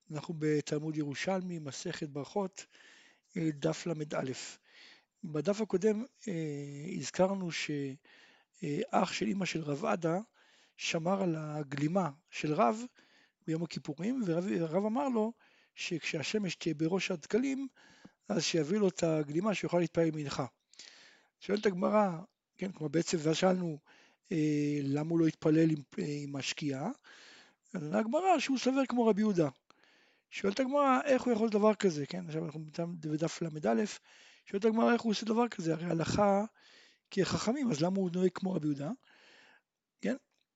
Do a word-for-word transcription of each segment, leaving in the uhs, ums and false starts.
אנחנו בתלמוד ירושלמי, מסכת ברכות, אה, דף למ"א. בדף הקודם אה, הזכרנו שאח של אמא של רב עדה שמר על הגלימה של רב ביום הכיפורים, ורב אמר לו שכשהשמש תהיה בראש הדקלים, אז שיביא לו את הגלימה שיוכל להתפלל מנחה. שואלת הגמרא, כן, כלומר בעצם, ואז שאלנו אה, למה הוא לא התפלל עם, אה, עם השקיעה, אז עונה הגמרא שהוא סובר כמו רבי יהודה. שואלת הגמרא איך הוא יכול דבר כזה, כן? עכשיו אנחנו בדף למ"א, שואלת הגמרא איך הוא עושה דבר כזה, הרי הלכה כחכמים, אז למה הוא נוהג כמו רבי יהודה, כן?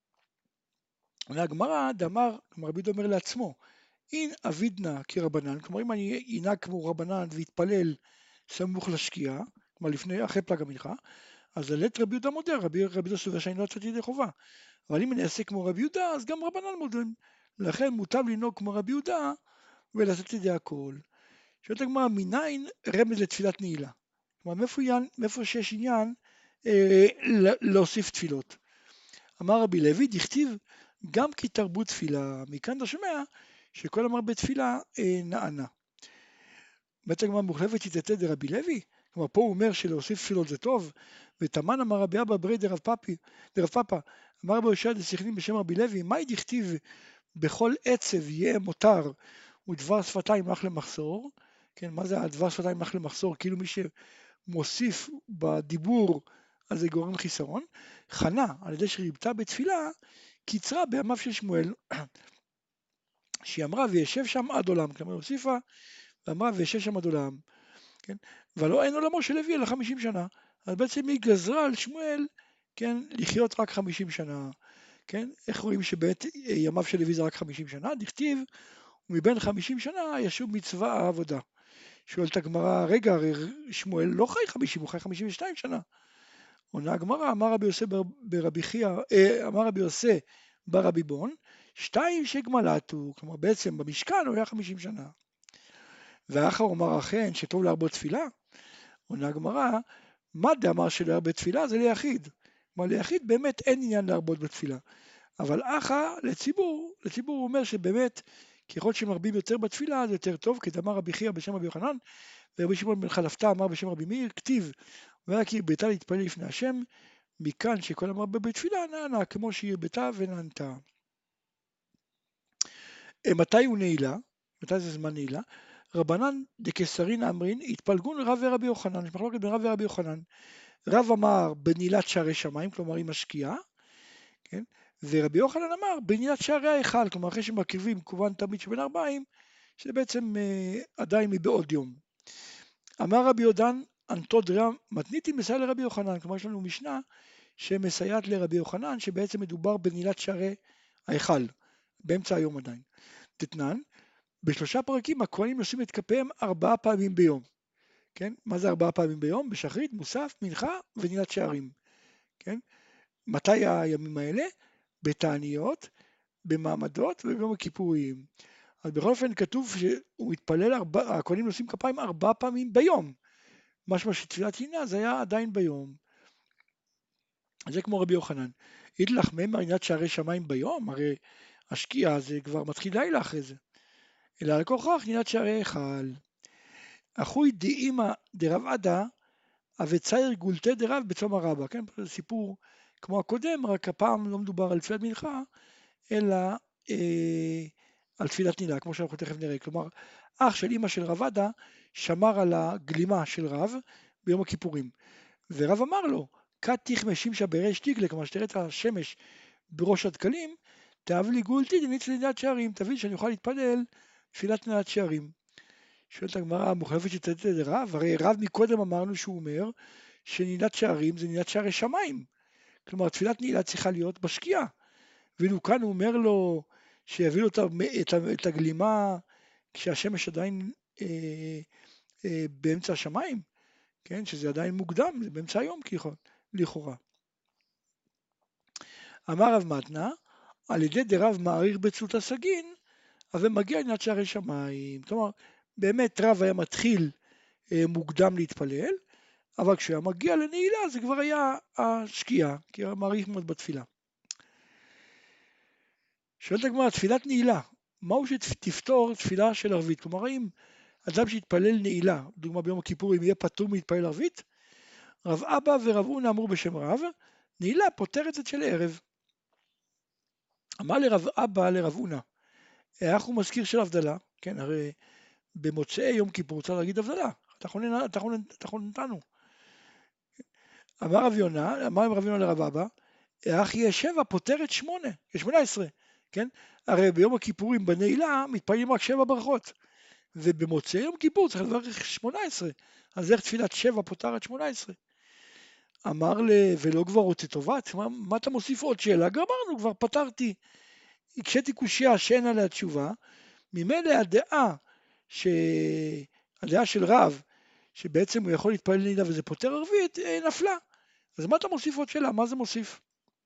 עונה הגמרא, דאמר, כלומר רבי יהודה אומר לעצמו, אין אבידנא כרבנן, כלומר אם אני אנהג כמו רבנן ואתפלל סמוך לשקיעה, כלומר לפני, אחרי פלג המנחה, אז לית רבי יהודה מודה, רבי רבי יהודה סובר שאני לא יצאתי ידי חובה. אבל אם אני אעשה כמו רבי יהודה, אז גם רבנן מודים. לכן מוטב לנהוג כמו רבי יהודה ולעשות ידי הכל. שואלת הגמרא, מניין רמז לתפילת נעילה? כלומר, מאיפה, עניין, מאיפה שיש עניין אה, להוסיף תפילות? אמר רבי לוי, דכתיב גם כי תרבו תפילה, מכאן אתה שומע שכל אמר בתפילה אה, נענה. אומרת הגמרא מוחלפת יתתא דרבי לוי? כלומר, פה הוא אומר שלהוסיף תפילות זה טוב, ותמן אמר רבי אבא ברי דרב פאפי, דרב פאפא, אמר רבי יהושע דסכנין בשם רבי לוי, מהי דכתיב בכל עצב יהיה מותר ודבר שפתיים אך למחסור? כן, מה זה הדבר שפתיים אך למחסור? כאילו מי שמוסיף בדיבור אז זה גורם חיסרון. חנה על ידי שריבתה בתפילה קיצרה בימיו של שמואל, שהיא אמרה וישב שם עד עולם, כלומר הוסיפה ואמרה וישב שם עד עולם, כן? ולא אין עולמו של לוי אלא חמישים שנה, אז בעצם היא גזרה על שמואל, כן, לחיות רק חמישים שנה, כן? איך רואים שבעת ימיו של לוי זה רק חמישים שנה? דכתיב ומבין חמישים שנה ישוב מצווה העבודה. שואלת הגמרא, רגע, הרי שמואל לא חי חמישים, הוא חי חמישים ושתיים שנה. עונה הגמרא, אמר רבי יוסי ברבי חייא, אמר רבי יוסי ברבי בון, שתיים שגמלתו, כלומר בעצם במשכן הוא היה חמישים שנה. ואחר אומר אכן שטוב להרבות תפילה, עונה הגמרא, מה דאמר שלהרבות תפילה זה ליחיד. כלומר ליחיד באמת אין עניין להרבות בתפילה. אבל אחא לציבור, לציבור הוא אומר שבאמת ככל שמרבים יותר בתפילה זה יותר טוב, כדאמר רבי חייא בשם רבי יוחנן, ורבי שמעון בן חלפתא אמר בשם רבי מאיר, כתיב, והיה כי הרבתה להתפלל לפני השם, מכאן שכל המרבה בתפילה נענה, כמו שהיא הרבתה ונענתה. מתי הוא נעילה? מתי זה זמן נעילה? רבנן דקסרין אמרין, התפלגון רב ורבי יוחנן, יש מחלוקת בין רב ורבי יוחנן. רב אמר בנעילת שערי שמיים, כלומר עם השקיעה, כן? ורבי יוחנן אמר בנעילת שערי ההיכל, כלומר אחרי שמקריבים כמובן תמיד שבין ארבעים, שזה בעצם אה, עדיין מבעוד יום. אמר רבי יהודן, אנטו דרא מתניתין מסייע לרבי יוחנן, כלומר יש לנו משנה שמסייעת לרבי יוחנן, שבעצם מדובר בנעילת שערי ההיכל, באמצע היום עדיין. תתנן, בשלושה פרקים הכהנים נושאים את כפיהם ארבעה פעמים ביום. כן? מה זה ארבעה פעמים ביום? בשחרית, מוסף, מנחה ונעילת שערים. כן? מתי הימים האלה? בתעניות, במעמדות וביום הכיפורים. אז בכל אופן כתוב שהוא מתפלל, ארבע, הכהנים נושאים כפיים ארבע פעמים ביום. משמע שתפילת עינה זה היה עדיין ביום. זה כמו רבי יוחנן. אידלך מהם עינת שערי שמיים ביום, הרי השקיעה זה כבר מתחיל לילה אחרי זה. אלא על כוכך עינת שערי היכל. אחוי דאמא דרב עדה, אבצייר גולתי דרב בצום הרבה. כן, זה סיפור כמו הקודם, רק הפעם לא מדובר על תפילת מנחה, אלא אה, על תפילת נעילה, כמו שאנחנו תכף נראה. כלומר, אח של אמא של רב עדה שמר על הגלימה של רב ביום הכיפורים. ורב אמר לו, כתיך משימשה בריש תיגלה, כלומר שתראה את השמש בראש הדקלים, תאב לי גולתי דניץ לנעילת שערים, תבין שאני אוכל להתפלל תפילת נעילת שערים. שואלת הגמרא המוחלפת שתתת לרב, הרי רב מקודם אמרנו שהוא אומר שנעילת שערים זה נעילת שערי שמיים, כלומר תפילת נעילה צריכה להיות בשקיעה, ואילו כאן הוא אומר לו שיביא לו את הגלימה כשהשמש עדיין אה, אה, באמצע השמיים, כן, שזה עדיין מוקדם, זה באמצע היום לכאורה. אמר רב מתנה, על ידי דרב מעריך בצלות הסגין, אז זה מגיע עינת שערי שמיים. כלומר, באמת רב היה מתחיל אה, מוקדם להתפלל, אבל כשהיה מגיע לנעילה זה כבר היה השקיעה, כי היה מעריך מאוד בתפילה. שואלת הגמרא, תפילת נעילה, מהו שתפתור תפילה של ערבית? כלומר, אם אדם שהתפלל נעילה, דוגמה ביום הכיפור, אם יהיה פטור מתפלל ערבית, רב אבא ורב הונא אמרו בשם רב, נעילה פותרת את של ערב. אמר לרב אבא לרב הונא, איך הוא מזכיר של הבדלה? כן, הרי במוצאי יום כיפור צריך להגיד הבדלה, תחוננתנו. אמר רב יונה, אמר רב יונה לרב אבא, איך יהיה שבע פותרת שמונה, שמונה עשרה, כן? הרי ביום הכיפורים בנעילה מתפללים רק שבע ברכות, ובמוצאי יום כיפור צריך לברך שמונה עשרה, אז איך תפילת שבע פותרת שמונה עשרה? אמר ל... ולא כבר רוצה טובת, מה, מה אתה מוסיף עוד שאלה? גמרנו, כבר פתרתי, הקשיתי קושייה שאין עליה תשובה, ממילא הדעה, ש... הדעה של רב, שבעצם הוא יכול להתפלל נעילה וזה פותר ערבית, נפלה. אז מה אתה מוסיף עוד שאלה? מה זה מוסיף?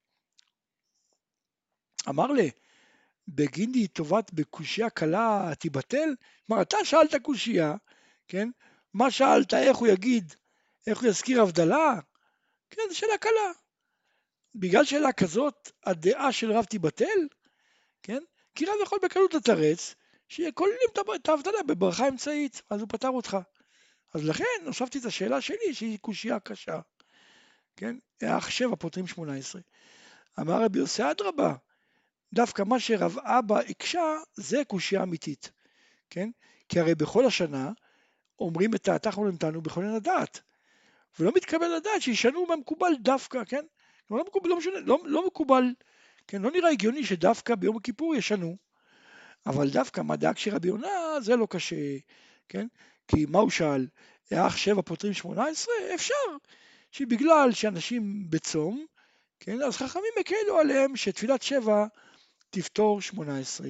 אמר לי, בגינדי טובת בקושייה קלה תיבטל? כלומר, אתה שאלת קושייה, כן? מה שאלת, איך הוא יגיד, איך הוא יזכיר הבדלה? כן, זו שאלה קלה. בגלל שאלה כזאת, הדעה של רב תיבטל, כן? כי רב יכול בקלות לתרץ, שכוללים את ההבדלה בברכה אמצעית, אז הוא פתר אותך. אז לכן, הוספתי את השאלה שלי, שהיא קושייה קשה, כן? אך שבע פותרים שמונה עשרה. אמר רבי יוסי אדרבה, דווקא מה שרב אבא הקשה, זה קושייה אמיתית, כן? כי הרי בכל השנה, אומרים את התחנו למתנו בכל עין הדעת, ולא מתקבל לדעת שישנו במקובל דווקא, כן? לא מקובל, לא משנה, לא, לא מקובל, כן? לא נראה הגיוני שדווקא ביום הכיפור ישנו, אבל דווקא מה דאג שרבי יונה זה לא קשה, כן? כי מה הוא שאל? אך שבע פותרים שמונה עשרה? אפשר, שבגלל שאנשים בצום, כן? אז חכמים הקלו עליהם שתפילת שבע תפתור שמונה עשרה.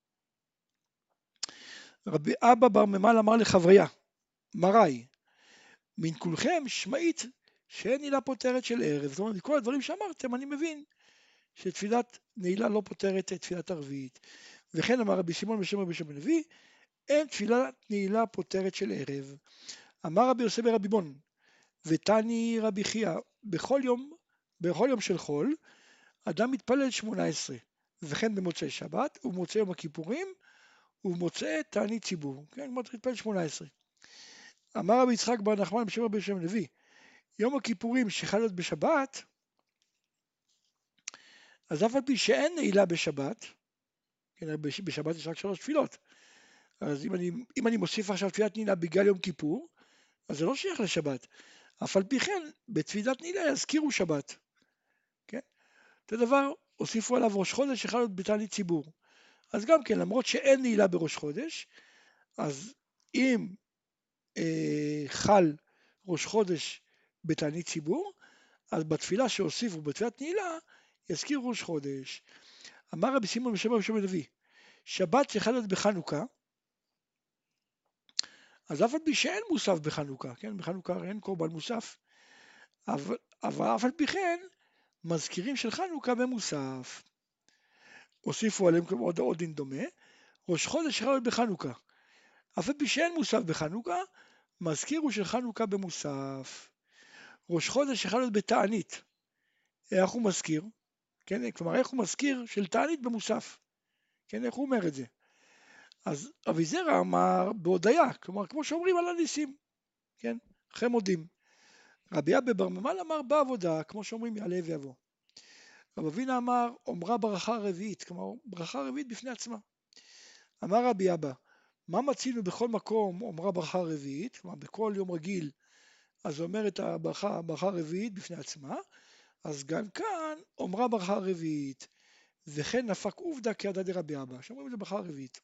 רבי אבא בר ממל אמר לחבריה, מראי, מן כולכם שמעית שאין נעילה פותרת של ערב. זאת אומרת, מכל הדברים שאמרתם אני מבין שתפילת נעילה לא פותרת את תפילת ערבית. וכן אמר רבי שמעון בשם רבי שמעון לוי, אין תפילת נעילה פותרת של ערב. אמר רבי יוסי ברבי בון, ותני רבי חייא, בכל יום, בכל יום של חול, אדם מתפלל שמונה עשרה, וכן במוצאי שבת, ובמוצאי יום הכיפורים, ובמוצאי תענית ציבור, כן, כמו מתפלל שמונה עשרה. אמר רבי יצחק בר נחמן בשם רבי שמעון לוי, יום הכיפורים שחל להיות בשבת, אז אף על פי שאין נעילה בשבת, כן, בשבת יש רק שלוש תפילות, אז אם אני, אם אני מוסיף עכשיו תפילת נעילה בגלל יום כיפור, אז זה לא שייך לשבת. אף על פי כן, בתפילת נעילה יזכירו שבת. כן? אותו דבר, הוסיפו עליו ראש חודש שחל להיות בתענית ציבור. אז גם כן, למרות שאין נעילה בראש חודש, אז אם אה, חל ראש חודש בתענית ציבור, אז בתפילה שהוסיפו בתפילת נעילה, יזכירו ראש חודש. אמר רבי שמעון בשם רבי שמעון לוי, שבת שחל להיות בחנוכה, אז אף על פי שאין מוסף בחנוכה, כן? בחנוכה אין קורבן מוסף, אבל, אבל אף על פי כן מזכירים של חנוכה במוסף. הוסיפו עליהם כמו עוד, עוד דין דומה, ראש חודש חל בחנוכה, אף על פי שאין מוסף בחנוכה, מזכירו של חנוכה במוסף. ראש חודש חל להיות בתענית, איך הוא מזכיר? כן? כלומר איך הוא מזכיר של תענית במוסף, כן? איך הוא אומר את זה? אז אבי זרע אמר בהודיה, כלומר כמו שאומרים על הניסים, כן? אחרי מודים. רבי אבא בר ממל אמר בעבודה, כמו שאומרים יעלה ויבוא. רב אבינה אמר אומרה ברכה רביעית, כלומר ברכה רביעית בפני עצמה. אמר רבי אבא, מה מצינו בכל מקום אומרה ברכה רביעית, כלומר בכל יום רגיל, אז אומרת הברכה, ברכה רביעית בפני עצמה, אז גם כאן אומרה ברכה רביעית, וכן נפק עובדה כידע דרבי אבא, שאומרים את זה ברכה רביעית.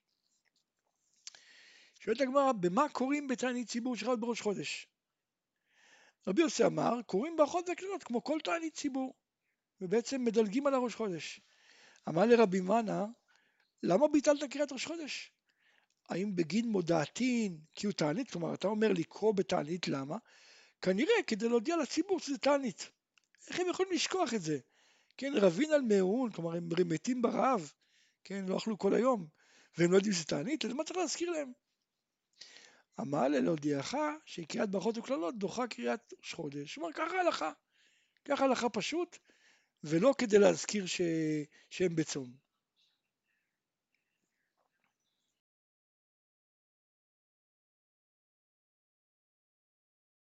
שואלת הגמרא, במה קוראים בתענית ציבור שחל בראש חודש? רבי יוסי אמר, קוראים ברכות וקללות כמו כל תענית ציבור, ובעצם מדלגים על הראש חודש. אמר לרבי מנה, למה ביטלת קריאת ראש חודש? האם בגין מודעתין כי הוא תענית? כלומר, אתה אומר לקרוא בתענית, למה? כנראה כדי להודיע לציבור שזה תענית. איך הם יכולים לשכוח את זה? כן, רבין על מאון, כלומר הם מתים ברעב, כן, לא אכלו כל היום, והם לא יודעים שזה תענית, אז מה צריך להזכיר להם? אמר להודיעך שקריאת ברכות וקללות דוחה קריאת ראש חודש. כלומר, ככה הלכה, ככה הלכה פשוט, ולא כדי להזכיר ש... שהם בצום.